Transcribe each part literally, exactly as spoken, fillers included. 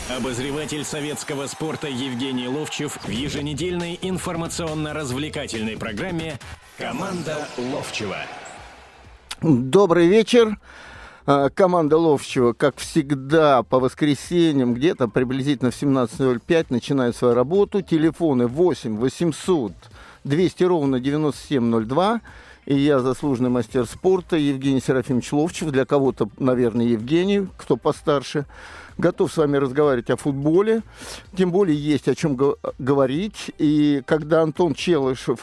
Обозреватель советского спорта Евгений Ловчев в еженедельной информационно-развлекательной программе «Команда Ловчева». Добрый вечер. Команда Ловчева, как всегда, по воскресеньям где-то приблизительно в семнадцать ноль пять начинает свою работу. Телефоны восемь восемьсот двести ровно девяносто семь ноль два. И я, заслуженный мастер спорта Евгений Серафимович Ловчев. Для кого-то, наверное, Евгений, кто постарше. Готов с вами разговаривать о футболе. Тем более есть о чем го- говорить. И когда Антон Челышев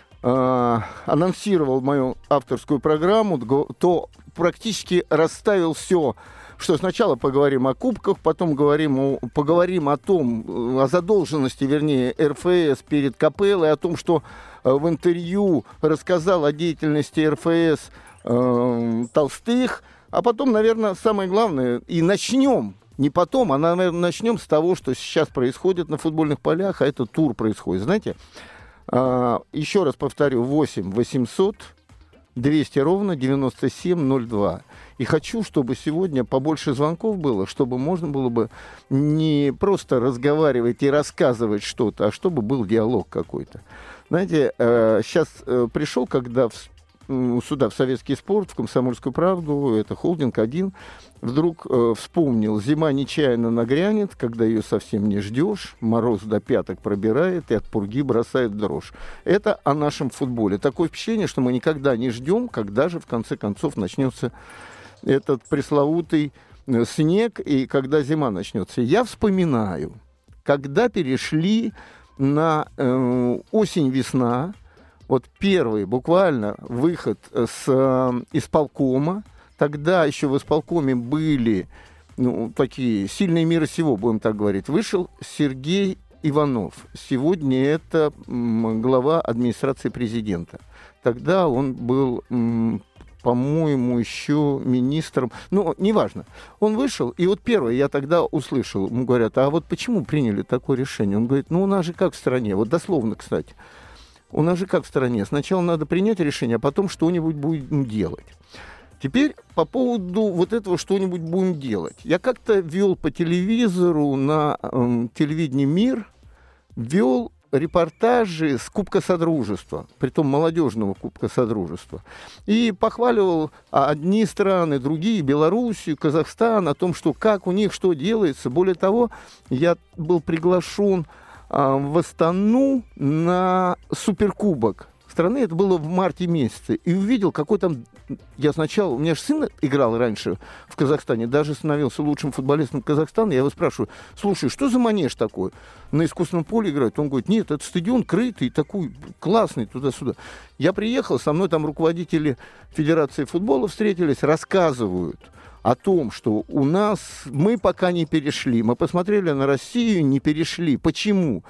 э, анонсировал мою авторскую программу, то практически расставил все, что сначала поговорим о кубках, потом говорим о, поговорим о том, о задолженности, вернее, эр эф эс перед Капеллой, о том, что в интервью рассказал о деятельности эр эф эс э, Толстых, а потом, наверное, самое главное, и начнем, не потом, а, наверное, начнем с того, что сейчас происходит на футбольных полях, а это тур происходит, знаете. Э, еще раз повторю, восемь восемьсот двести ровно девяносто семь ноль два. И хочу, чтобы сегодня побольше звонков было, чтобы можно было бы не просто разговаривать и рассказывать что-то, а чтобы был диалог какой-то. Знаете, э, сейчас э, пришел, когда в, э, сюда, в Советский спорт, в Комсомольскую правду, это холдинг один, вдруг э, вспомнил, зима нечаянно нагрянет, когда ее совсем не ждешь, мороз до пяток пробирает и от пурги бросает дрожь. Это о нашем футболе. Такое впечатление, что мы никогда не ждем, когда же в конце концов начнется этот пресловутый э, снег и когда зима начнется. Я вспоминаю, когда перешли на э, осень-весна, вот первый буквально выход с э, исполкома. Тогда еще в исполкоме были ну, такие сильные мира сего, будем так говорить. Вышел Сергей Иванов. Сегодня это м, глава администрации президента. Тогда он был, м, по-моему, еще министром. Ну, неважно. Он вышел, и вот первое я тогда услышал. Ему говорят, а вот почему приняли такое решение? Он говорит, ну, у нас же как в стране, вот дословно, кстати. У нас же как в стране. Сначала надо принять решение, а потом что-нибудь будем делать. Теперь по поводу вот этого что-нибудь будем делать. Я как-то вел по телевизору на э, телевидении «Мир», вел репортажи с Кубка Содружества, притом молодежного Кубка Содружества, и похваливал одни страны, другие, Белоруссию, Казахстан, о том, что как у них что делается. Более того, я был приглашен э, в Астану на суперкубок страны, это было в марте месяце, и увидел, какой там... Я сначала... У меня же сын играл раньше в Казахстане, даже становился лучшим футболистом Казахстана. Я его спрашиваю, слушай, что за манеж такой? На искусственном поле играют? Он говорит, нет, это стадион крытый, такой классный, туда-сюда. Я приехал, со мной там руководители Федерации футбола встретились, рассказывают о том, что у нас... Мы пока не перешли. Мы посмотрели на Россию, не перешли. Почему?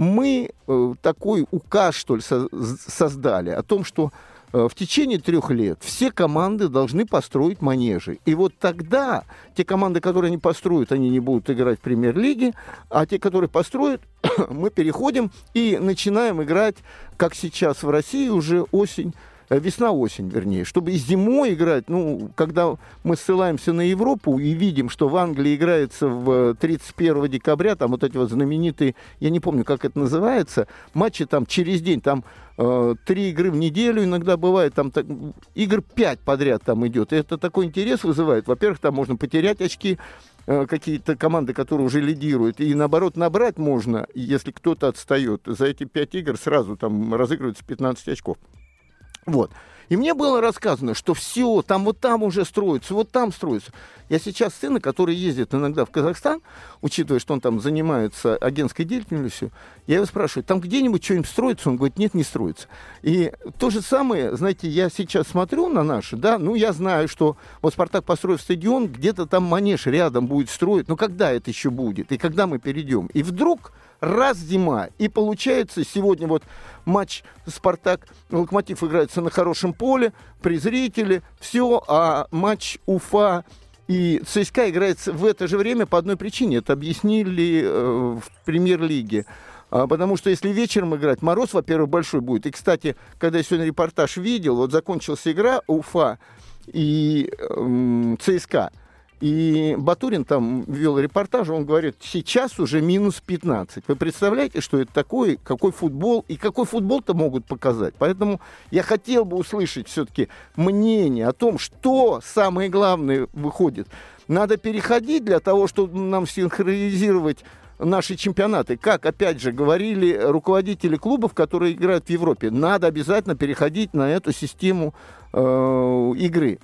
Мы э, такой указ, что ли, со- создали о том, что э, в течение трех лет все команды должны построить манежи. И вот тогда те команды, которые не построят, они не будут играть в премьер-лиге, а те, которые построят, мы переходим и начинаем играть, как сейчас в России, уже осень, весна-осень, вернее, чтобы и зимой играть, ну, когда мы ссылаемся на Европу и видим, что в Англии играется в тридцать первого декабря, там вот эти вот знаменитые, я не помню, как это называется, матчи там через день, там э, три игры в неделю иногда бывает, там так, игр пять подряд там идет, и это такой интерес вызывает. Во-первых, там можно потерять очки, э, какие-то команды, которые уже лидируют, и наоборот набрать можно, если кто-то отстает. За эти пять игр сразу там разыгрывается пятнадцать очков. Вот. И мне было рассказано, что все, там вот там уже строится, вот там строится. Я сейчас сына, который ездит иногда в Казахстан, учитывая, что он там занимается агентской деятельностью, я его спрашиваю, там где-нибудь что-нибудь строится? Он говорит, нет, не строится. И то же самое, знаете, я сейчас смотрю на наши, да, ну я знаю, что вот «Спартак» построит стадион, где-то там манеж рядом будет строить, но когда это еще будет? И когда мы перейдем? И вдруг... Раз зима, и получается сегодня вот матч «Спартак», «Локомотив» играется на хорошем поле, при зрителе, все, а матч «Уфа» и ЦСКА играется в это же время по одной причине. Это объяснили э, в премьер-лиге. А, потому что если вечером играть, мороз, во-первых, большой будет. И, кстати, когда я сегодня репортаж видел, вот закончилась игра «Уфа» и э, ЦСКА. И Батурин там вел репортаж, он говорит, сейчас уже минус пятнадцать. Вы представляете, что это такое, какой футбол, и какой футбол-то могут показать? Поэтому я хотел бы услышать все-таки мнение о том, что самое главное выходит. Надо переходить для того, чтобы нам синхронизировать наши чемпионаты. Как, опять же, говорили руководители клубов, которые играют в Европе, надо обязательно переходить на эту систему э, игры.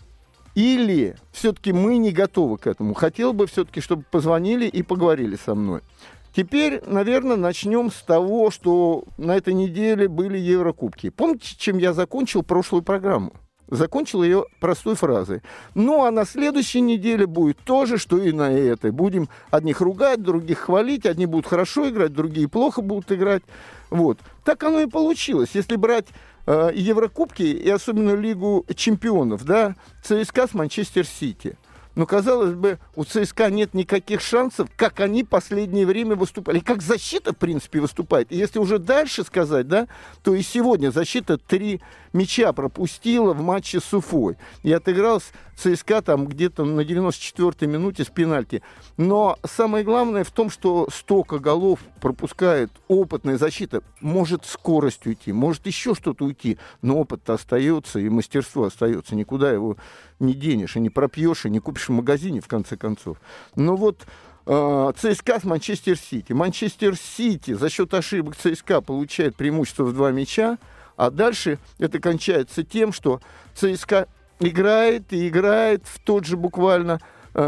Или все-таки мы не готовы к этому. Хотел бы все-таки, чтобы позвонили и поговорили со мной. Теперь, наверное, начнем с того, что на этой неделе были Еврокубки. Помните, чем я закончил прошлую программу? Закончил ее простой фразой. Ну, а на следующей неделе будет то же, что и на этой. Будем одних ругать, других хвалить. Одни будут хорошо играть, другие плохо будут играть. Вот. Так оно и получилось. Если брать э, Еврокубки, и особенно Лигу чемпионов, да, ЦСКА с Манчестер Сити. Но, казалось бы, у ЦСКА нет никаких шансов, как они в последнее время выступали. И как защита, в принципе, выступает. И если уже дальше сказать, да, то и сегодня защита три мяча пропустила в матче с Уфой. И отыгрался ЦСКА там где-то на девяносто четвёртой минуте с пенальти. Но самое главное в том, что столько голов пропускает опытная защита. Может скорость уйти, может еще что-то уйти. Но опыт-то остается, и мастерство остается. Никуда его не денешь, и не пропьешь, и не купишь в магазине, в конце концов. Но вот э, ЦСКА с Манчестер Сити. Манчестер Сити за счет ошибок ЦСКА получает преимущество в два мяча, а дальше это кончается тем, что ЦСКА играет и играет в тот же буквально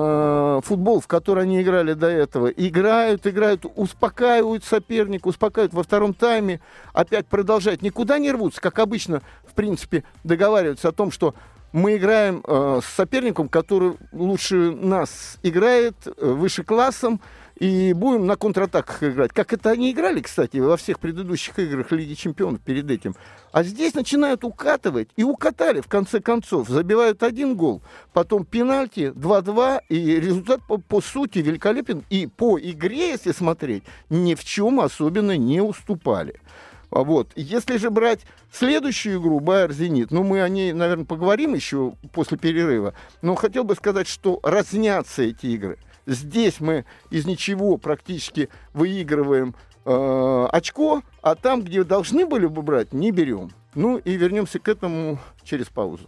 э, футбол, в который они играли до этого. Играют, играют, успокаивают соперника, успокаивают во втором тайме, опять продолжают. Никуда не рвутся, как обычно, в принципе, договариваются о том, что мы играем э, с соперником, который лучше нас играет, э, выше классом, и будем на контратаках играть. Как это они играли, кстати, во всех предыдущих играх Лиги Чемпионов перед этим. А здесь начинают укатывать, и укатали, в конце концов. Забивают один гол, потом пенальти, два-два, и результат по, по сути великолепен. И по игре, если смотреть, ни в чем особенно не уступали. Вот. Если же брать следующую игру, Байер-Зенит, ну, мы о ней, наверное, поговорим еще после перерыва, но хотел бы сказать, что разнятся эти игры. Здесь мы из ничего практически выигрываем э, очко, а там, где должны были бы брать, не берем. Ну, и вернемся к этому через паузу.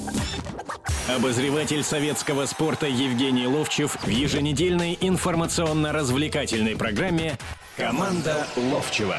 Обозреватель советского спорта Евгений Ловчев в еженедельной информационно-развлекательной программе «Команда Ловчева».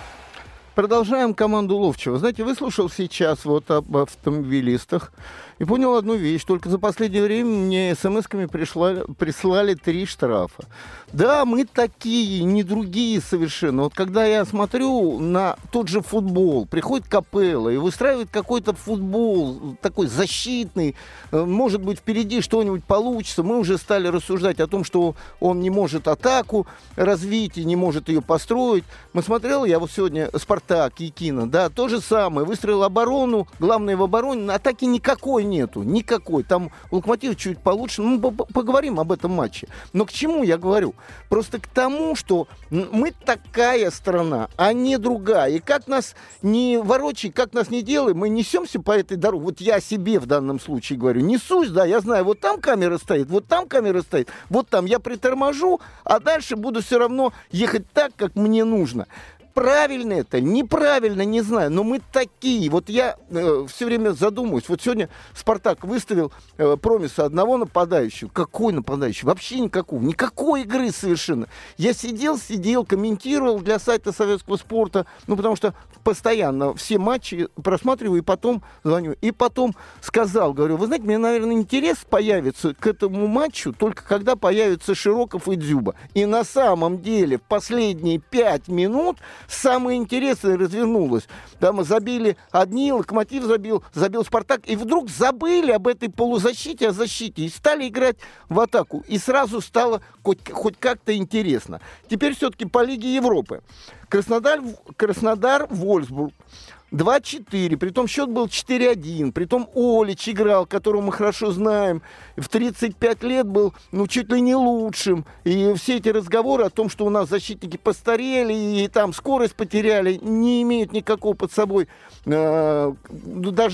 Продолжаем команду Ловчева. Знаете, выслушал сейчас вот об автомобилистах и понял одну вещь. Только за последнее время мне смс-ками прислали, прислали три штрафа. Да, мы такие, не другие совершенно. Вот когда я смотрю на тот же футбол, приходит Капелло и выстраивает какой-то футбол такой защитный, может быть, впереди что-нибудь получится. Мы уже стали рассуждать о том, что он не может атаку развить и не может ее построить. Мы смотрели, я вот сегодня Спартак, Якина, да, то же самое. Выстроил оборону, главное в обороне, атаки никакой нету, никакой. Там Локомотив чуть получше, ну, поговорим об этом матче. Но к чему я говорю? Просто к тому, что мы такая страна, а не другая. И как нас не ворочай, как нас не делай, мы несемся по этой дороге. Вот я себе в данном случае говорю, несусь, да, я знаю, вот там камера стоит, вот там камера стоит, вот там я приторможу, а дальше буду все равно ехать так, как мне нужно. Правильно это, неправильно, не знаю, но мы такие. Вот я э, все время задумываюсь. Вот сегодня Спартак выставил э, Промеса одного нападающего. Какой нападающий? Вообще никакого. Никакой игры совершенно. Я сидел, сидел, комментировал для сайта советского спорта, ну, потому что постоянно все матчи просматриваю и потом звоню. И потом сказал, говорю, вы знаете, мне, наверное, интерес появится к этому матчу только когда появятся Широков и Дзюба. И на самом деле в последние пять минут самое интересное развернулось. Да, мы забили одни, Локомотив забил, забил Спартак, и вдруг забыли об этой полузащите, о защите, и стали играть в атаку. И сразу стало хоть, хоть как-то интересно. Теперь все-таки по Лиге Европы. Краснодар, Краснодар, Вольсбург. два-четыре, притом счет был четыре-один, притом Олич играл, которого мы хорошо знаем, в тридцать пять лет был, ну, чуть ли не лучшим, и все эти разговоры о том, что у нас защитники постарели, и там скорость потеряли, не имеют никакого под собой, э, даже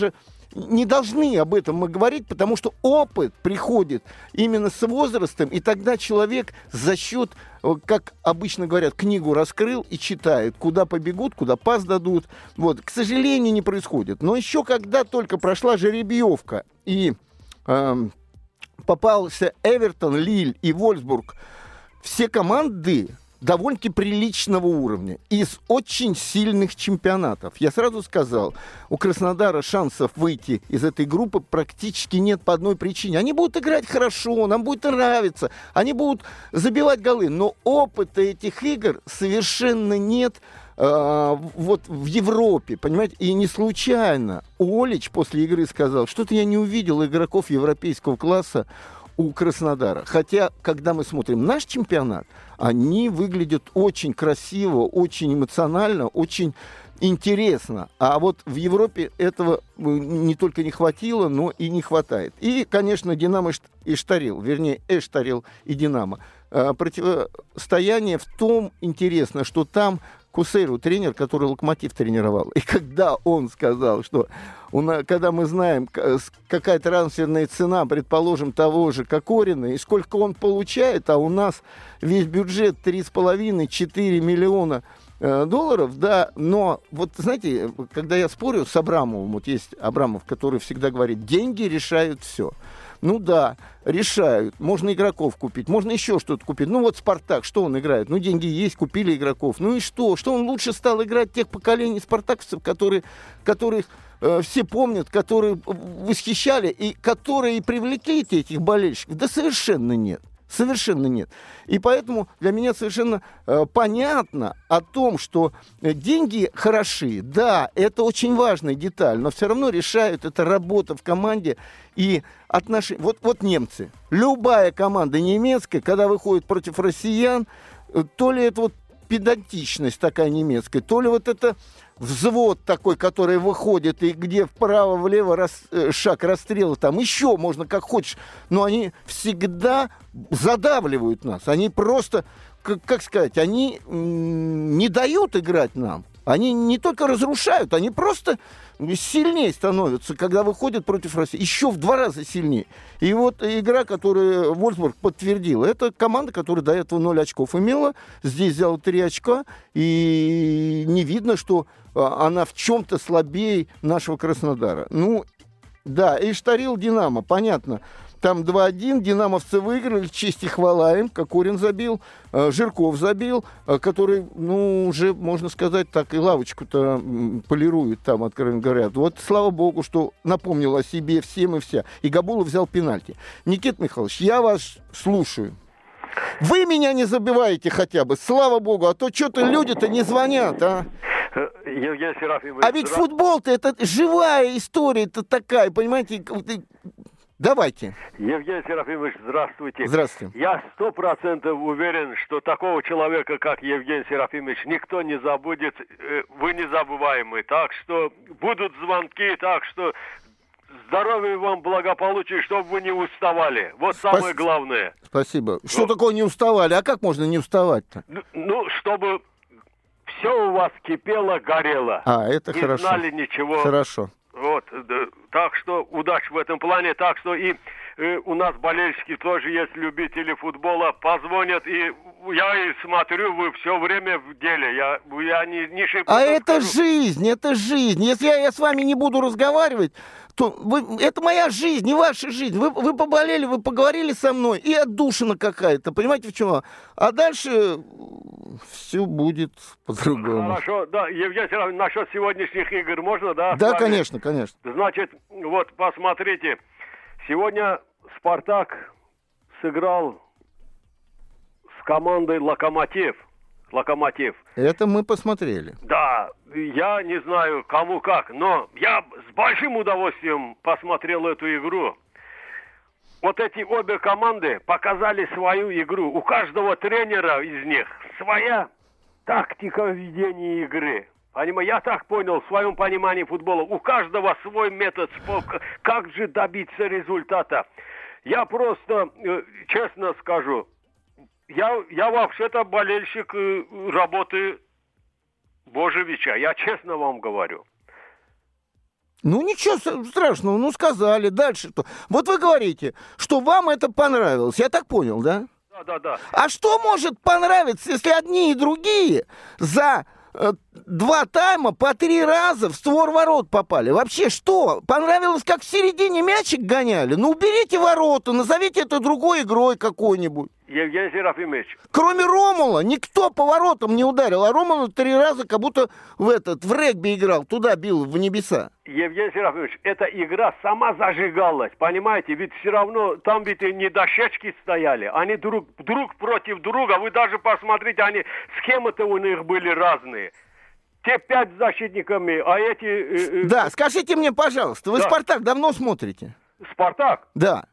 не должны об этом мы говорить, потому что опыт приходит именно с возрастом, и тогда человек за счет, как обычно говорят, книгу раскрыл и читает, куда побегут, куда пас дадут. Вот, к сожалению, не происходит. Но еще когда только прошла жеребьевка и э, попался Эвертон, Лиль и Вольфсбург, все команды довольно-таки приличного уровня, из очень сильных чемпионатов. Я сразу сказал, у Краснодара шансов выйти из этой группы практически нет по одной причине. Они будут играть хорошо, нам будет нравиться, они будут забивать голы, но опыта этих игр совершенно нет э, вот в Европе, понимаете? И не случайно Олич после игры сказал, что-то я не увидел игроков европейского класса у Краснодара. Хотя, когда мы смотрим наш чемпионат, они выглядят очень красиво, очень эмоционально, очень интересно. А вот в Европе этого не только не хватило, но и не хватает. И, конечно, Динамо и Штарил, вернее, Эштарил и Динамо. Противостояние в том интересно, что там Кусейру, тренер, который Локомотив тренировал. И когда он сказал, что у нас, когда мы знаем, какая трансферная цена, предположим, того же Кокорина, и сколько он получает, а у нас весь бюджет три с половиной - четыре миллиона э, долларов, да, но вот, знаете, когда я спорю с Абрамовым, вот есть Абрамов, который всегда говорит, деньги решают все. Ну да, решают. Можно игроков купить, можно еще что-то купить. Ну вот «Спартак», что он играет? Ну деньги есть, купили игроков. Ну и что? Что он лучше стал играть тех поколений спартаковцев, которые, которых э, все помнят, которые восхищали и которые привлекли этих болельщиков? Да совершенно нет. Совершенно нет. И поэтому для меня совершенно э, понятно о том, что э, деньги хороши. Да, это очень важная деталь, но все равно решают это работа в команде и отношения. Вот, вот немцы. Любая команда немецкая, когда выходит против россиян, э, то ли это вот педантичность такая немецкая, то ли вот это взвод такой, который выходит, и где вправо-влево рас, э, шаг расстрела, там еще можно как хочешь, но они всегда задавливают нас. Они просто, как, как сказать, они м- не дают играть нам. Они не только разрушают, они просто сильнее становятся, когда выходят против России. Еще в два раза сильнее. И вот игра, которую Вольфсбург подтвердил, это команда, которая до этого ноль очков имела. Здесь взяла три очка. И не видно, что она в чем-то слабее нашего Краснодара. Ну, да, и Штарил, Динамо, понятно. Там два один, динамовцы выиграли, честь и хвала им, Кокорин забил, Жирков забил, который, ну, уже, можно сказать, так и лавочку-то полирует там, откровенно говоря. Вот, слава богу, что напомнил о себе всем и вся. И Габулов взял пенальти. Никита Михайлович, я вас слушаю. Вы меня не забиваете хотя бы, слава богу, а то что-то люди-то не звонят, а? Евгений Серафимович. А ведь футбол-то это живая история-то такая, понимаете? Давайте. Евгений Серафимович, здравствуйте. Здравствуйте. Я сто процентов уверен, что такого человека, как Евгений Серафимович, никто не забудет. Вы незабываемый. Так что будут звонки, так что здоровья вам, благополучия, чтобы вы не уставали. Вот Спас... самое главное. Спасибо. Что ну, такое не уставали? А как можно не уставать-то? Ну, чтобы все у вас кипело, горело. А, это не хорошо. Не знали ничего. Хорошо. Вот, да, так что удачи в этом плане, так что и э, у нас болельщики тоже есть любители футбола, позвонят, и я и смотрю, вы все время в деле, я, я не, не шибко... А это скажу. Жизнь, это жизнь, если я, я с вами не буду разговаривать, то вы, это моя жизнь, не ваша жизнь, вы, вы поболели, вы поговорили со мной, и отдушина какая-то, понимаете в чем? А дальше все будет по-другому. Хорошо, да, Евгений Серафимович, насчет сегодняшних игр можно, да? Да, конечно, конечно. Значит, вот посмотрите, сегодня «Спартак» сыграл с командой «Локомотив». «Локомотив». Это мы посмотрели. Да, я не знаю, кому как, но я с большим удовольствием посмотрел эту игру. Вот эти обе команды показали свою игру. У каждого тренера из них своя тактика ведения игры. Понимаете, я так понял, в своем понимании футбола. У каждого свой метод, как же добиться результата. Я просто, честно скажу, я, я вообще-то болельщик работы Божевича. Я честно вам говорю. Ну, ничего страшного, ну, сказали. Дальше что? Вот вы говорите, что вам это понравилось. Я так понял, да? Да, да, да. А что может понравиться, если одни и другие за э, два тайма по три раза в створ ворот попали? Вообще что? Понравилось, как в середине мячик гоняли? Ну, уберите ворота, назовите это другой игрой какой-нибудь. Евгений Серафимович. Кроме Ромула, никто по воротам не ударил, а Ромул три раза как будто в этот, в регби играл, туда бил, в небеса. Евгений Серафимович, эта игра сама зажигалась, понимаете? Ведь все равно там ведь и не дощечки стояли, они друг, друг против друга. Вы даже посмотрите, они схемы-то у них были разные. Те пять защитниками, а эти... Э, да, скажите мне, пожалуйста, вы да. «Спартак» давно смотрите? «Спартак»? Да.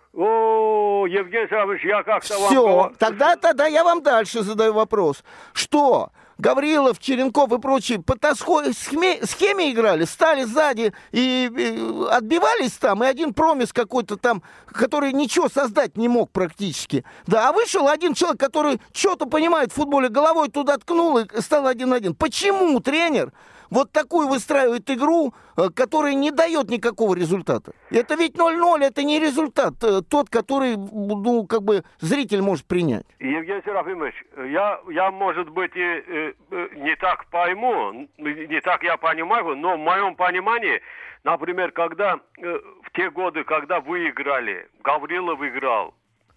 О, Евгений Серафимович, я как-то вам... Все, тогда, тогда я вам дальше задаю вопрос. Что, Гаврилов, Черенков и прочие по той схеме, схеме играли, стали сзади и, и отбивались там, и один промис какой-то там, который ничего создать не мог практически. Да, а вышел один человек, который что-то понимает в футболе, головой туда ткнул и стал один-один. Почему тренер вот такую выстраивает игру, которая не дает никакого результата? Это ведь ноль-ноль, это не результат, тот, который, ну, как бы зритель может принять. Евгений Серафимович, я, я может быть, и, и, не так пойму, не так я понимаю, но в моем понимании, например, когда в те годы, когда вы играли, Гаврилов играл,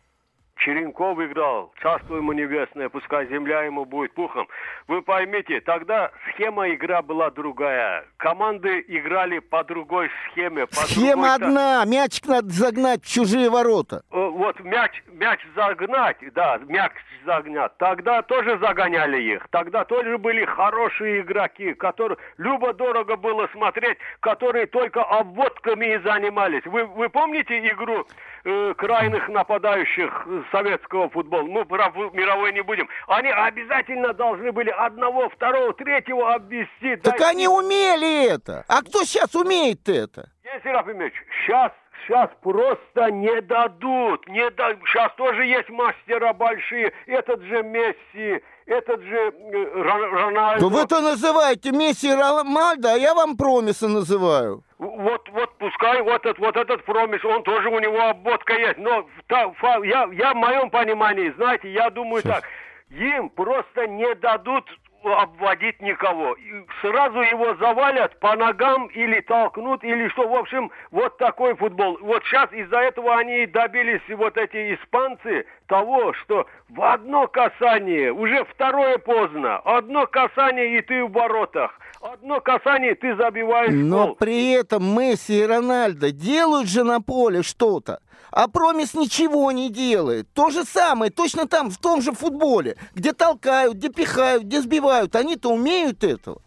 Черенков играл, царство ему небесное, пускай земля ему будет пухом. Вы поймите, тогда схема игры была другая. Команды играли по другой схеме. По Схема другой... одна, мячик надо загнать в чужие ворота. Вот мяч, мяч загнать, да, мяч загнать, тогда тоже загоняли их. Тогда тоже были хорошие игроки, которые любо-дорого было смотреть, которые только обводками и занимались. Вы, вы помните игру э, крайних нападающих советского футбола? Мы про мировой не будем. Они обязательно должны были одного, второго, третьего обвести. Так дать... они умели это. А кто сейчас умеет это? Евгений Серафимович, сейчас, сейчас просто не дадут. Не да... Сейчас тоже есть мастера большие. Этот же Месси, этот же э, Рональдо. Да вы-то называете Месси и Рональдо, а я вам Промиса называю. Вот, вот, пускай вот этот, вот этот Промис, он тоже, у него обводка есть. Но та, фа, я, я в моем понимании, знаете, я думаю Сейчас. так, им просто не дадут обводить никого. Сразу его завалят по ногам или толкнут, или что. В общем, вот такой футбол. Вот сейчас из-за этого они добились, вот эти испанцы, того, что в одно касание, уже второе поздно, одно касание, и ты в воротах. Одно касание, ты забиваешь Но гол. При этом Месси и Рональдо делают же на поле что-то. А Промис ничего не делает. То же самое, точно там, в том же футболе, где толкают, где пихают, где сбивают. Они-то умеют этого.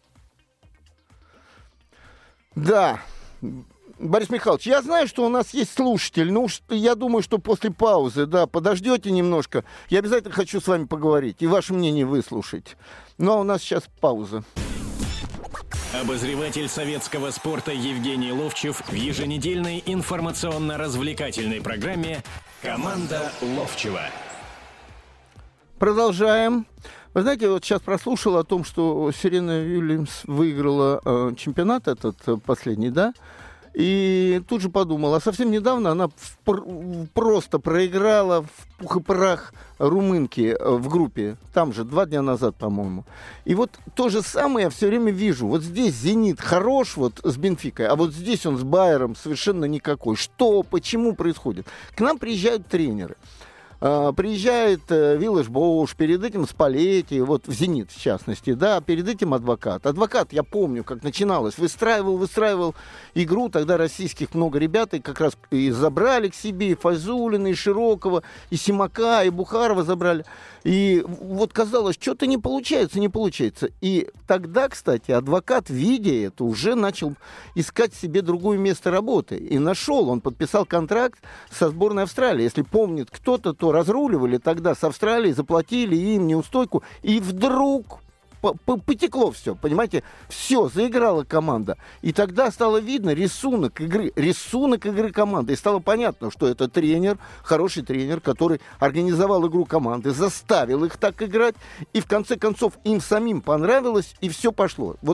Да. Борис Михайлович, я знаю, что у нас есть слушатель. Ну, я думаю, что после паузы, да, подождете немножко. Я обязательно хочу с вами поговорить и ваше мнение выслушать. Ну, а у нас сейчас пауза. Обозреватель советского спорта Евгений Ловчев в еженедельной информационно-развлекательной программе «Команда Ловчева». Продолжаем. Вы знаете, вот сейчас прослушал о том, что Серена Уильямс выиграла э, чемпионат этот э, последний, да? И тут же подумал, а совсем недавно она в, просто проиграла в пух и прах румынке в группе, там же, два дня назад, по-моему. И вот то же самое я все время вижу. Вот здесь «Зенит» хорош вот с Бенфикой, а вот здесь он с Байером совершенно никакой. Что, почему происходит? К нам приезжают тренеры. Приезжает Виллиш-Боуш, перед этим Спалетти, вот в «Зенит» в частности, да, перед этим Адвокат. Адвокат, я помню, как начиналось, выстраивал, выстраивал игру, тогда российских много ребят, и как раз и забрали к себе, и Файзулина, и Широкова, и Симака, и Бухарова забрали. И вот казалось, что-то не получается, не получается. И тогда, кстати, Адвокат, видя это, уже начал искать себе другое место работы. И нашел, он подписал контракт со сборной Австралии. Если помнит кто-то, то разруливали тогда с Австралией, заплатили им неустойку, и вдруг потекло все, понимаете, все, заиграла команда. И тогда стало видно рисунок игры, рисунок игры команды. И стало понятно, что это тренер, хороший тренер, который организовал игру команды, заставил их так играть, и в конце концов им самим понравилось, и все пошло. Вот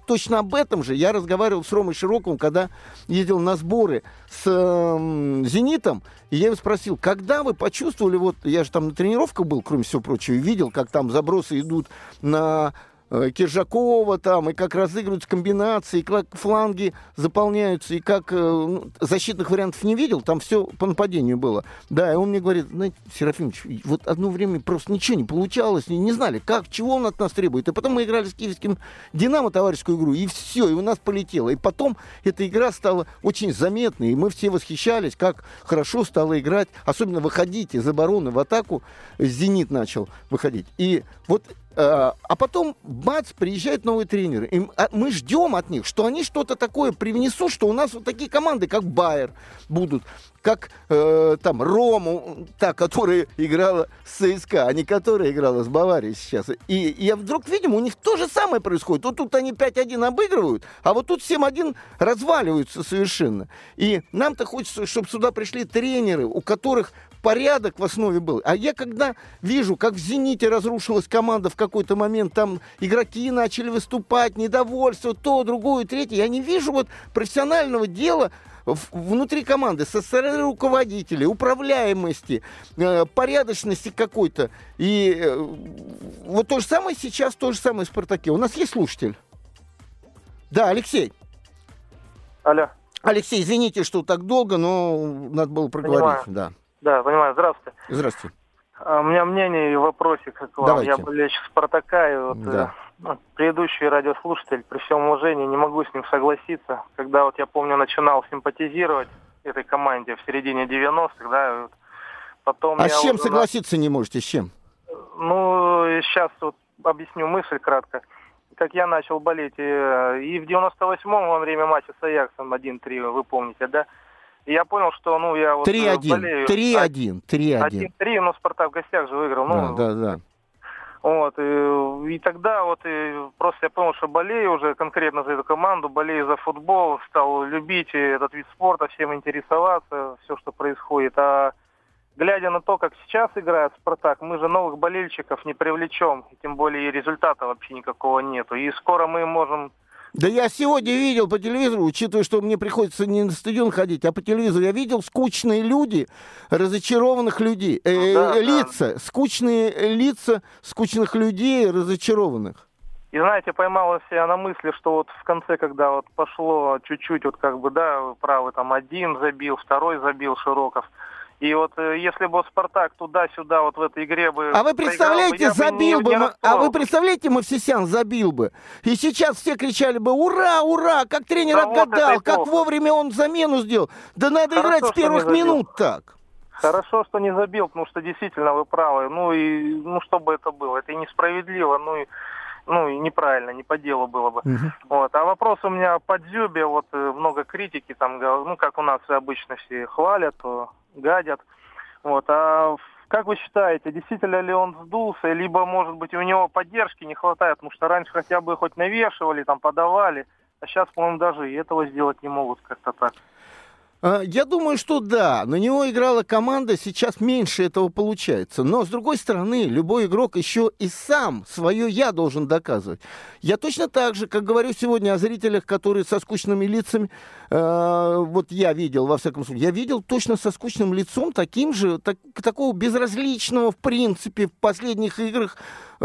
точно об этом же я разговаривал с Ромой Широковым, когда ездил на сборы с э, «Зенитом», и я его спросил, когда вы почувствовали, вот я же там на тренировках был, кроме всего прочего, и видел, как там забросы идут на Киржакова там, и как разыгрываются комбинации, и как фланги заполняются, и как ну, защитных вариантов не видел, там все по нападению было. Да, и он мне говорит, знаете, Серафимович, вот одно время просто ничего не получалось, не, не знали, как, чего он от нас требует. И потом мы играли с киевским «Динамо» товарищескую игру, и все, и у нас полетело. И потом эта игра стала очень заметной, и мы все восхищались, как хорошо стало играть, особенно выходить из обороны в атаку, «Зенит» начал выходить. И вот а потом, бац, приезжают новые тренеры. И мы ждем от них, что они что-то такое привнесут, что у нас вот такие команды, как «Байер» будут, как э, там Рому, та, которая играла с ЦСКА, а не которая играла с Баварией сейчас. И, и я вдруг видим, у них то же самое происходит. Вот тут они пять один обыгрывают, а вот тут семь один разваливаются совершенно. И нам-то хочется, чтобы сюда пришли тренеры, у которых порядок в основе был. А я когда вижу, как в «Зените» разрушилась команда в какой-то момент, там игроки начали выступать, недовольство, то, другое, третье, я не вижу вот профессионального дела внутри команды, со стороны руководителей, управляемости, э, порядочности какой-то. И э, вот то же самое сейчас, то же самое в «Спартаке». У нас есть слушатель? Да, Алексей. Алло. Алексей, извините, что так долго, но надо было проговорить. Да. Да, понимаю. Здравствуйте. Здравствуйте. А, у меня мнение и вопросик к вам. Давайте. Я болельщик «Спартака», и вот да. э, предыдущий радиослушатель, при всем уважении, не могу с ним согласиться. Когда вот я помню, начинал симпатизировать этой команде в середине девяностых, да, вот потом... А я с чем вот, согласиться не можете, с чем? Ну, сейчас вот объясню мысль кратко. Как я начал болеть, и, и в девяносто восьмом во время матча с Аяксом один-три, вы помните, да? И я понял, что, ну, я вот три один, болею... три один, три один. один-три, ну, «Спартак» в гостях же выиграл. Да, Ну, да, да. Вот, и, и тогда вот и просто я понял, что болею уже конкретно за эту команду, болею за футбол, стал любить этот вид спорта, всем интересоваться, все, что происходит. А глядя на то, как сейчас играет «Спартак», мы же новых болельщиков не привлечем, и тем более и результата вообще никакого нету. И скоро мы можем... Да я сегодня видел по телевизору, учитывая, что мне приходится не на стадион ходить, а по телевизору, я видел скучные люди, разочарованных людей, э, да, лица, да. скучные лица скучных людей, разочарованных. И знаете, поймала себя на мысли, что вот в конце, когда вот пошло чуть-чуть, вот как бы, да, вы правы, там один забил, второй забил Широков. И вот э, если бы вот «Спартак» туда-сюда вот в этой игре бы... А вы представляете, проиграл, забил бы, бы, бы а вы представляете, Мовсисян забил бы. И сейчас все кричали бы: ура, ура, как тренер да отгадал, вот как вовремя он замену сделал. Да надо Хорошо, играть с первых минут так. Хорошо, что не забил, потому что действительно вы правы. Ну и, ну что бы это было, это и несправедливо, ну и... Ну, и неправильно, не по делу было бы. Uh-huh. Вот. А вопрос у меня по Дзюбе, вот много критики, там, ну, как у нас обычно все хвалят, гадят. Вот. А как вы считаете, действительно ли он сдулся, либо, может быть, у него поддержки не хватает, потому что раньше хотя бы хоть навешивали, там, подавали, а сейчас, по-моему, даже и этого сделать не могут как-то так. Я думаю, что да, на него играла команда, сейчас меньше этого получается. Но, с другой стороны, любой игрок еще и сам свое «я» должен доказывать. Я точно так же, как говорю сегодня о зрителях, которые со скучными лицами, э, вот я видел, во всяком случае, я видел точно со скучным лицом, таким же, так, такого безразличного, в принципе, в последних играх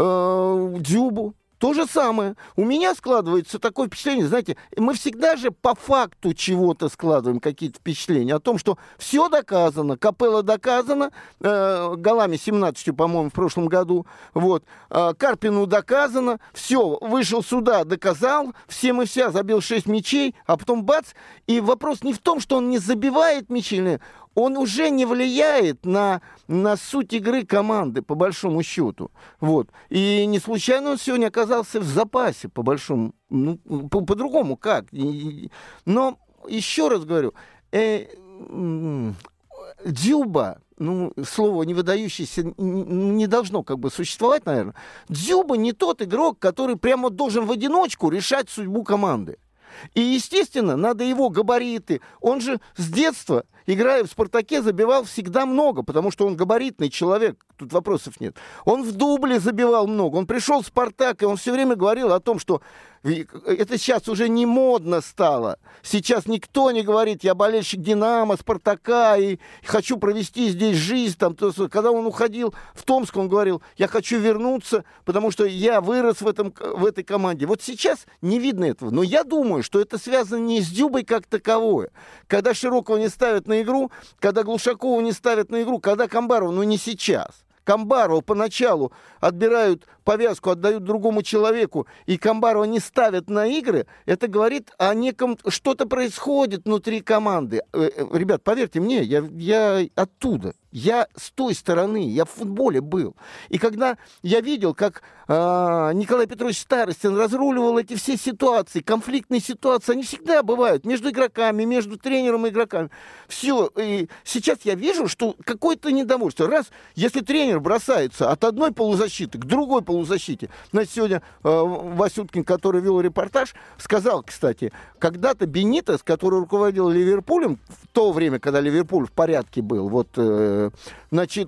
э, Дзюбу. То же самое. У меня складывается такое впечатление, знаете, мы всегда же по факту чего-то складываем какие-то впечатления о том, что все доказано, Капелло доказано, э, голами семнадцатью, по-моему, в прошлом году, вот, э, Карпину доказано, все, вышел сюда, доказал, всем и вся, забил шесть мячей, а потом бац, и вопрос не в том, что он не забивает мячи, он уже не влияет на, на суть игры команды, по большому счету. Вот. И не случайно он сегодня оказался в запасе, по большому, ну, по- по-другому как. И, но, еще раз говорю, э, Дзюба, ну, слово не выдающееся, не должно как бы существовать, наверное. Дзюба не тот игрок, который прямо должен в одиночку решать судьбу команды. И, естественно, надо его габариты. Он же с детства играя в «Спартаке», забивал всегда много, потому что он габаритный человек, тут вопросов нет. Он в дубле забивал много, он пришел в «Спартак», и он все время говорил о том, что это сейчас уже не модно стало. Сейчас никто не говорит, я болельщик «Динамо», «Спартака», и хочу провести здесь жизнь. Там, то, когда он уходил в Томск, он говорил, я хочу вернуться, потому что я вырос в, этом, в этой команде. Вот сейчас не видно этого. Но я думаю, что это связано не с Дзюбой как таковое. Когда Широкого не ставят на игру, когда Глушакова не ставят на игру, когда Камбарова, ну не сейчас. Камбарова поначалу отбирают повязку, отдают другому человеку, и Камбарова не ставят на игры, это говорит о неком... Что-то происходит внутри команды. Ребят, поверьте мне, я, я оттуда. Я с той стороны, я в футболе был. И когда я видел, как э, Николай Петрович Старостин разруливал эти все ситуации, конфликтные ситуации, они всегда бывают между игроками, между тренером и игроками. Все. И сейчас я вижу, что какое-то недовольство. Раз, если тренер бросается от одной полузащиты к другой полузащите. Значит, сегодня э, Васюткин, который вел репортаж, сказал, кстати, когда-то Бенитес, который руководил Ливерпулем, в то время, когда Ливерпуль в порядке был, вот... Э, Значит,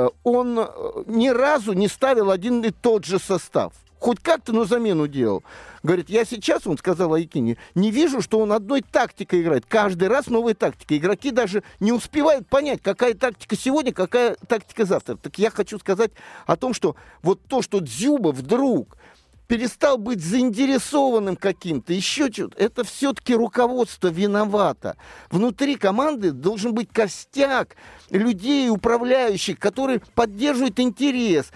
он ни разу не ставил один и тот же состав. Хоть как-то, но замену делал. Говорит, я сейчас, он сказал Айкине, не вижу, что он одной тактикой играет. Каждый раз новая тактика. Игроки даже не успевают понять, какая тактика сегодня, какая тактика завтра. Так я хочу сказать о том, что вот то, что Дзюба вдруг перестал быть заинтересованным каким-то, еще что-то, это все-таки руководство виновато. Внутри команды должен быть костяк людей, управляющих, которые поддерживают интерес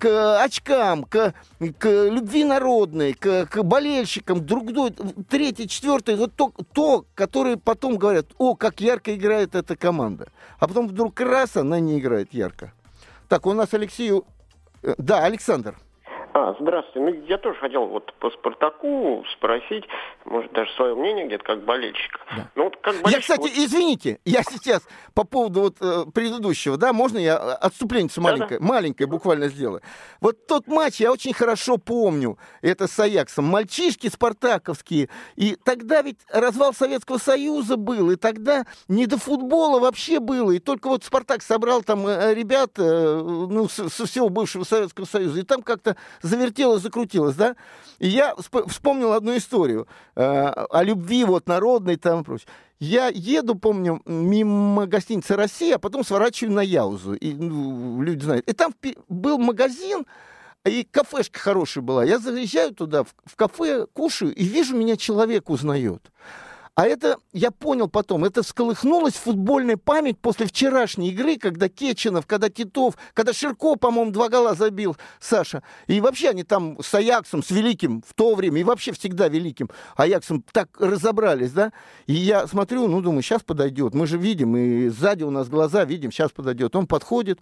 к очкам, к, к любви народной, к, к болельщикам, друг другу, третий, четвертый, вот то, то, которые потом говорят, о, как ярко играет эта команда. А потом вдруг раз она не играет ярко. Так, у нас Алексею... Да, Александр. А, здравствуйте. Ну, я тоже хотел вот по «Спартаку» спросить, может, даже свое мнение где-то как болельщика. Да. Ну, вот, как болельщик, я, кстати, вот... извините, я сейчас по поводу вот, э, предыдущего, да, можно я отступление маленькое, да, да. маленькое буквально сделаю? Вот тот матч я очень хорошо помню, это с Аяксом. Мальчишки спартаковские, и тогда ведь развал Советского Союза был, и тогда не до футбола вообще было, и только вот «Спартак» собрал там э, ребят, э, ну, со, со всего бывшего Советского Союза, и там как-то завертелось, закрутилось, да? И я всп- вспомнил одну историю э, о любви вот народной там и прочее. Я еду, помню, мимо гостиницы «Россия», а потом сворачиваю на Яузу. И, ну, люди знают. И там был магазин, и кафешка хорошая была. Я заезжаю туда, в, в кафе, кушаю, и вижу, меня человек узнает. А это, я понял потом, это всколыхнулась футбольная память после вчерашней игры, когда Кетченов, когда Титов, когда Ширко, по-моему, два гола забил Саша. И вообще они там с Аяксом, с Великим в то время, и вообще всегда Великим Аяксом так разобрались, да. И я смотрю, ну, думаю, сейчас подойдет. Мы же видим, и сзади у нас глаза видим, сейчас подойдет. Он подходит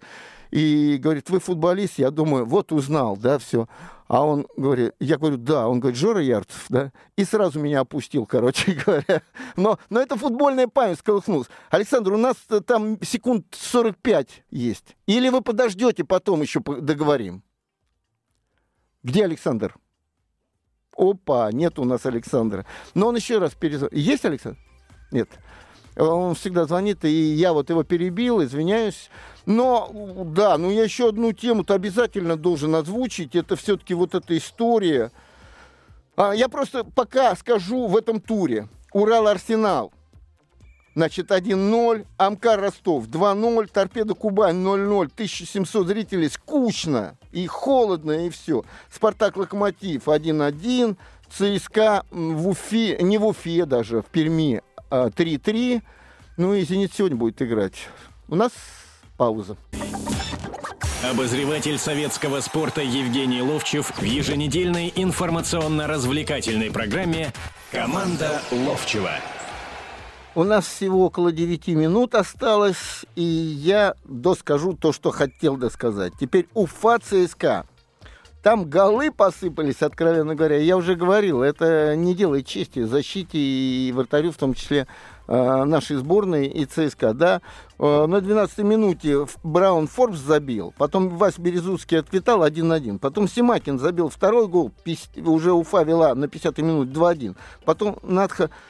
и говорит, вы футболист? Я думаю, вот узнал, да, все. А он говорит, я говорю, да, он говорит, Жора Ярцев, да, и сразу меня опустил, короче говоря. Но, но это футбольная память сколыхнулась. Александр, у нас там секунд сорок пять есть. Или вы подождете, потом еще договорим? Где Александр? Опа, нет у нас Александра. Но он еще раз перезвонит. Есть Александр? Нет. Он всегда звонит, и я вот его перебил, извиняюсь. Но, да, ну я еще одну тему-то обязательно должен озвучить. Это все-таки вот эта история. А, я просто пока скажу в этом туре. Урал-Арсенал. Значит, один ноль. Амкар-Ростов два ноль. Торпедо-Кубань ноль ноль. тысяча семьсот зрителей. Скучно и холодно, и все. Спартак-Локомотив один один. ЦСКА в Уфе, не в Уфе даже, в Перми три три. Ну и «Зенит» сегодня будет играть. У нас пауза. Обозреватель советского спорта Евгений Ловчев в еженедельной информационно-развлекательной программе «Команда Ловчева». У нас всего около девяти минут осталось, и я доскажу то, что хотел досказать. Теперь Уфа-ЦСКА. Там голы посыпались, откровенно говоря. Я уже говорил, это не делает чести защите и вратарю, в том числе э, нашей сборной и ЦСКА. Да? Э, на двенадцатой минуте Браун Форбс забил, потом Вась Березутский отквитал один один, потом Симакин забил второй гол, уже Уфа вела на пятидесятой минуте два один, потом Надха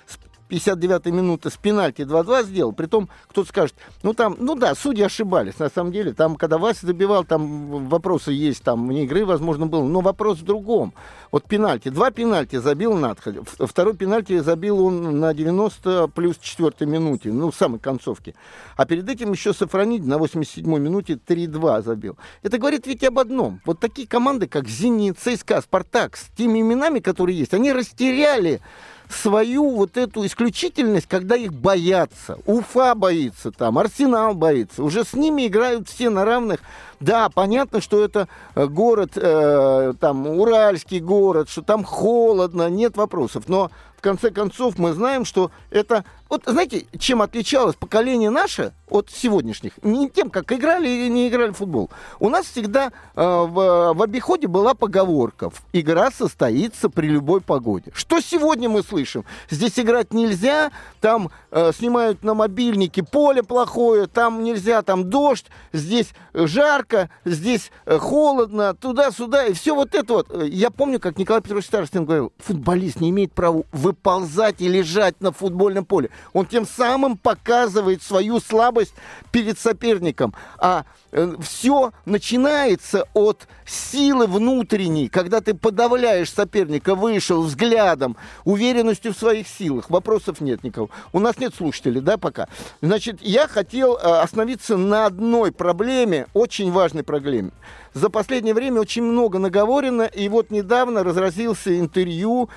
пятьдесят девятой минуты с пенальти два-два сделал. Притом, кто-то скажет, ну там, ну да, судьи ошибались. На самом деле, там, когда Вася забивал, там вопросы есть, там вне игры, возможно, было. Но вопрос в другом. Вот пенальти. Два пенальти забил Надхаль. Второй пенальти забил он на девяносто плюс четвертой минуте, ну, в самой концовке. А перед этим еще Сафронидин на восемьдесят седьмой минуте три-два забил. Это говорит ведь об одном. Вот такие команды, как «Зенит», «ЦСКА», «Спартак», с теми именами, которые есть, они растеряли свою вот эту исключительность, когда их боятся. Уфа боится там, Арсенал боится. Уже с ними играют все на равных. Да, понятно, что это город, э, там, уральский город, что там холодно, нет вопросов. Но в конце концов мы знаем, что это... Вот знаете, чем отличалось поколение наше от сегодняшних? Не тем, как играли или не играли в футбол. У нас всегда э, в, в обиходе была поговорка: игра состоится при любой погоде. Что сегодня мы слышим? Здесь играть нельзя, там э, снимают на мобильнике, поле плохое, там нельзя, там дождь, здесь жарко, здесь э, холодно, туда-сюда, и все вот это вот. Я помню, как Николай Петрович Старостин говорил: футболист не имеет права выползать и лежать на футбольном поле. Он тем самым показывает свою слабость перед соперником. А э, все начинается от силы внутренней, когда ты подавляешь соперника, вышел взглядом, уверенностью в своих силах. Вопросов нет никого. У нас нет слушателей, да, пока. Значит, я хотел э, остановиться на одной проблеме, очень важной проблеме. За последнее время очень много наговорено, и вот недавно разразился интервью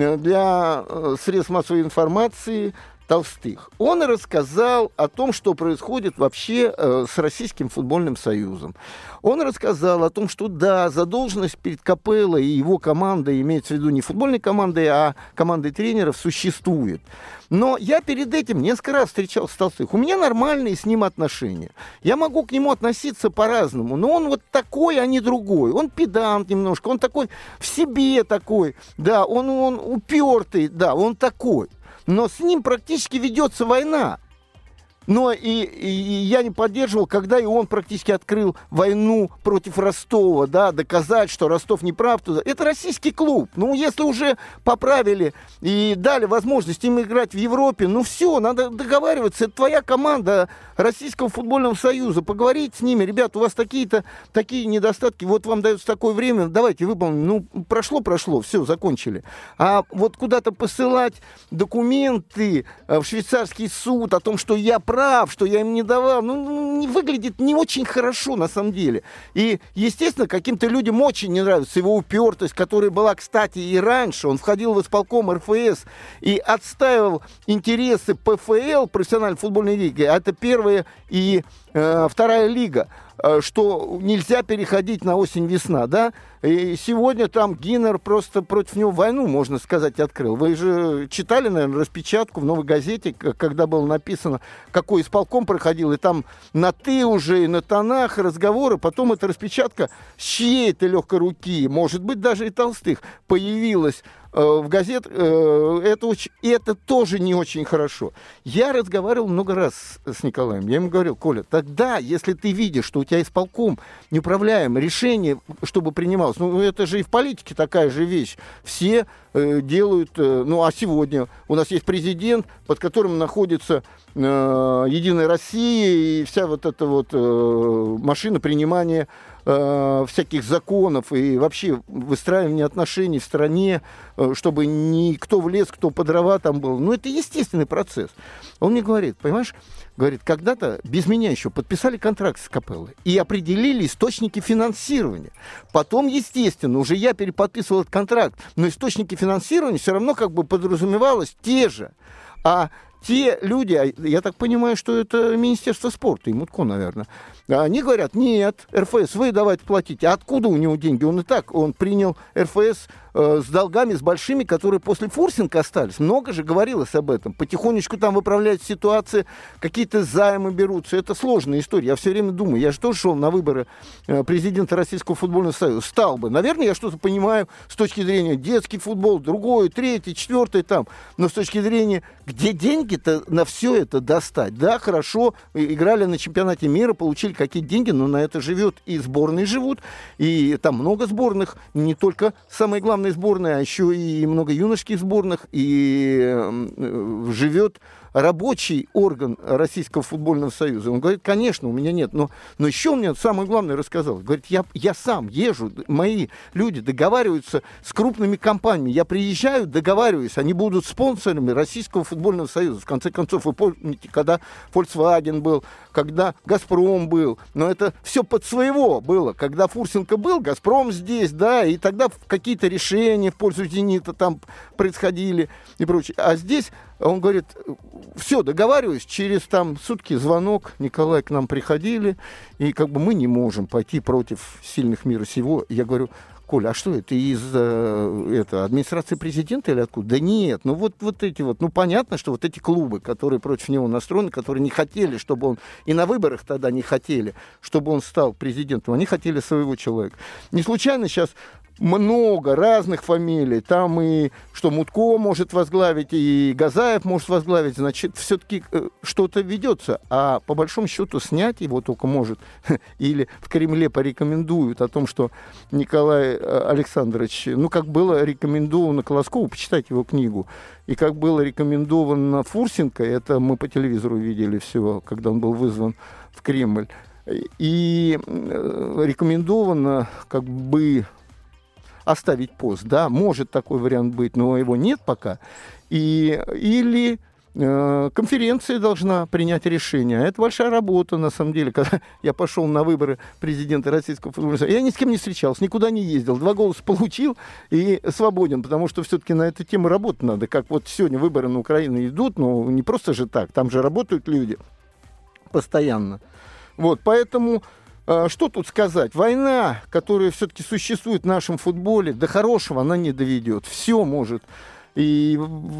для э, средств массовой информации Толстых. Он рассказал о том, что происходит вообще э, с Российским футбольным союзом. Он рассказал о том, что да, задолженность перед Капелло и его командой, имеется в виду не футбольной командой, а командой тренеров, существует. Но я перед этим несколько раз встречался с Толстых. У меня нормальные с ним отношения. Я могу к нему относиться по-разному, но он вот такой, а не другой. Он педант немножко, он такой в себе такой, да, он, он упертый, да, он такой. Но с ним практически ведется война. Но и, и, и я не поддерживал, когда и он практически открыл войну против Ростова, да, доказать, что Ростов не прав. Туда. Это российский клуб. Ну, если уже поправили и дали возможность им играть в Европе, ну все, надо договариваться. Это твоя команда Российского футбольного союза. Поговорить с ними. Ребят, у вас такие-то такие недостатки, вот вам дается такое время, давайте выполним. Ну, прошло, прошло, все, закончили. А вот куда-то посылать документы в швейцарский суд о том, что я прав, что я им не давал, ну, не выглядит не очень хорошо на самом деле. И, естественно, каким-то людям очень не нравится его упертость, которая была, кстати, и раньше. Он входил в исполком эр эф эс и отстаивал интересы пэ эф эл, профессиональной футбольной лиги, а это первая и э, вторая лига, что нельзя переходить на осень-весна, да, и сегодня там Гиннер просто против него войну, можно сказать, открыл. Вы же читали, наверное, распечатку в «Новой газете», когда было написано, какой исполком проходил, и там на «ты» уже, и на тонах разговоры, потом эта распечатка с чьей-то легкой руки, может быть, даже и Толстых, появилась в газет, это, очень, это тоже не очень хорошо. Я разговаривал много раз с Николаем. Я ему говорил: Коля, тогда, если ты видишь, что у тебя исполком неуправляем, решение, чтобы принималось, ну, это же и в политике такая же вещь. Все э, делают, э, ну, а сегодня у нас есть президент, под которым находится э, Единая Россия и вся вот эта вот э, машина принимания э, всяких законов и вообще выстраивание отношений в стране, э, чтобы не кто в лес, кто по дрова там был. Ну, это естественный процесс. Он мне говорит, понимаешь, говорит, когда-то без меня еще подписали контракт с Капеллой и определили источники финансирования. Потом, естественно, уже я переподписывал этот контракт, но источники финансирования все равно как бы подразумевалось те же. А те люди, я так понимаю, что это Министерство спорта и Мутко, наверное, они говорят: нет, эр эф эс, вы давайте платите. А откуда у него деньги? Он и так, он принял эр эф эс э, с долгами, с большими, которые после Фурсенко остались. Много же говорилось об этом. Потихонечку там выправляют ситуации, какие-то займы берутся. Это сложная история. Я все время думаю, я же тоже шел на выборы э, президента Российского футбольного союза. Стал бы. Наверное, я что-то понимаю с точки зрения детский футбол, другой, третий, четвертый там. Но с точки зрения, где деньги деньги-то на все это достать? Да, хорошо, играли на чемпионате мира, получили какие-то деньги, но на это живет и сборные живут, и там много сборных, не только самые главные сборные, а еще и много юношеских сборных, и э, живет рабочий орган Российского футбольного союза. Он говорит, конечно, у меня нет, но, но еще он мне самое главное рассказал. Говорит, я, я сам езжу, мои люди договариваются с крупными компаниями. Я приезжаю, договариваюсь, они будут спонсорами Российского футбольного союза. В конце концов, вы помните, когда Volkswagen был, когда Газпром был, но это все под своего было. Когда Фурсенко был, Газпром здесь, да, и тогда какие-то решения в пользу «Зенита» там происходили и прочее. А здесь он говорит, все, договариваюсь, через там сутки звонок, Николай, к нам приходили, и как бы мы не можем пойти против сильных мира сего. Я говорю, Коля, а что это, из э, это, администрации президента или откуда? Да нет, ну вот, вот эти вот, ну понятно, что вот эти клубы, которые против него настроены, которые не хотели, чтобы он, и на выборах тогда не хотели, чтобы он стал президентом, они хотели своего человека. Не случайно сейчас много разных фамилий, там и что Мутко может возглавить, и Газаев может возглавить, значит, все-таки э, что-то ведется, а по большому счету снять его только может, или в Кремле порекомендуют о том, что Николай Александрович, ну, как было рекомендовано Колоскову, почитайте его книгу, и как было рекомендовано Фурсенко, это мы по телевизору видели все, когда он был вызван в Кремль, и э, рекомендовано как бы оставить пост, да, может такой вариант быть, но его нет пока. И, или э, конференция должна принять решение. Это большая работа, на самом деле. Когда я пошел на выборы президента Российского футбольного союза, я ни с кем не встречался, никуда не ездил. Два голоса получил и свободен, потому что все-таки на эту тему работать надо. Как вот сегодня выборы на Украине идут, но не просто же так, там же работают люди постоянно. Вот, поэтому... Что тут сказать? Война, которая все-таки существует в нашем футболе, до хорошего она не доведет. Все может. И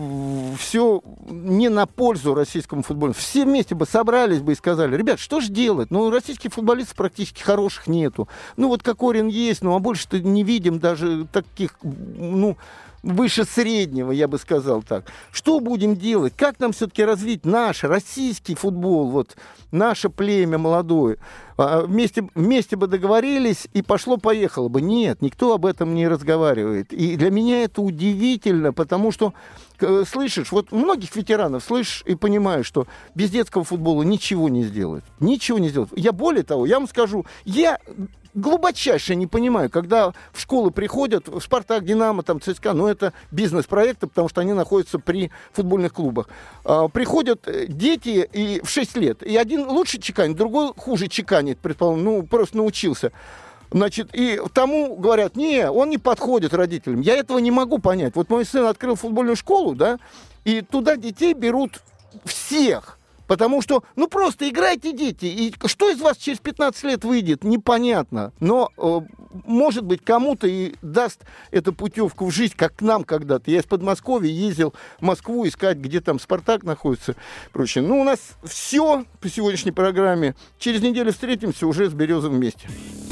все не на пользу российскому футболу. Все вместе бы собрались бы и сказали, ребят, что же делать? Ну, российских футболистов практически хороших нету. Ну, вот Кокорин есть, ну, а больше-то не видим даже таких, ну, выше среднего, я бы сказал так. Что будем делать? Как нам все-таки развить наш российский футбол, вот наше племя молодое? Вместе, вместе бы договорились и пошло-поехало бы. Нет, никто об этом не разговаривает. И для меня это удивительно, потому что слышишь, вот многих ветеранов слышишь и понимаешь, что без детского футбола ничего не сделают. Ничего не сделают. Я более того, я вам скажу, я... глубочайше не понимаю, когда в школы приходят, в «Спартак», «Динамо», там, ЦСКА, ну, это бизнес-проекты, потому что они находятся при футбольных клубах. А, приходят дети и в шесть лет, и один лучше чеканит, другой хуже чеканит, предположим, ну, просто научился. Значит, и тому говорят, не, он не подходит родителям. Я этого не могу понять. Вот мой сын открыл футбольную школу, да, и туда детей берут всех. Потому что, ну, просто играйте, дети, и что из вас через пятнадцать лет выйдет, непонятно. Но, э, может быть, кому-то и даст эту путевку в жизнь, как к нам когда-то. Я из Подмосковья ездил в Москву искать, где там «Спартак» находится, прочее. Ну, у нас все по сегодняшней программе. Через неделю встретимся уже с «Березом» вместе.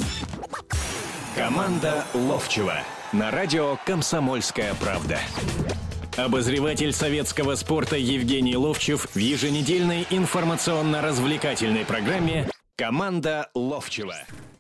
Команда Ловчева на радио «Комсомольская правда». Обозреватель советского спорта Евгений Ловчев в еженедельной информационно-развлекательной программе «Команда Ловчева».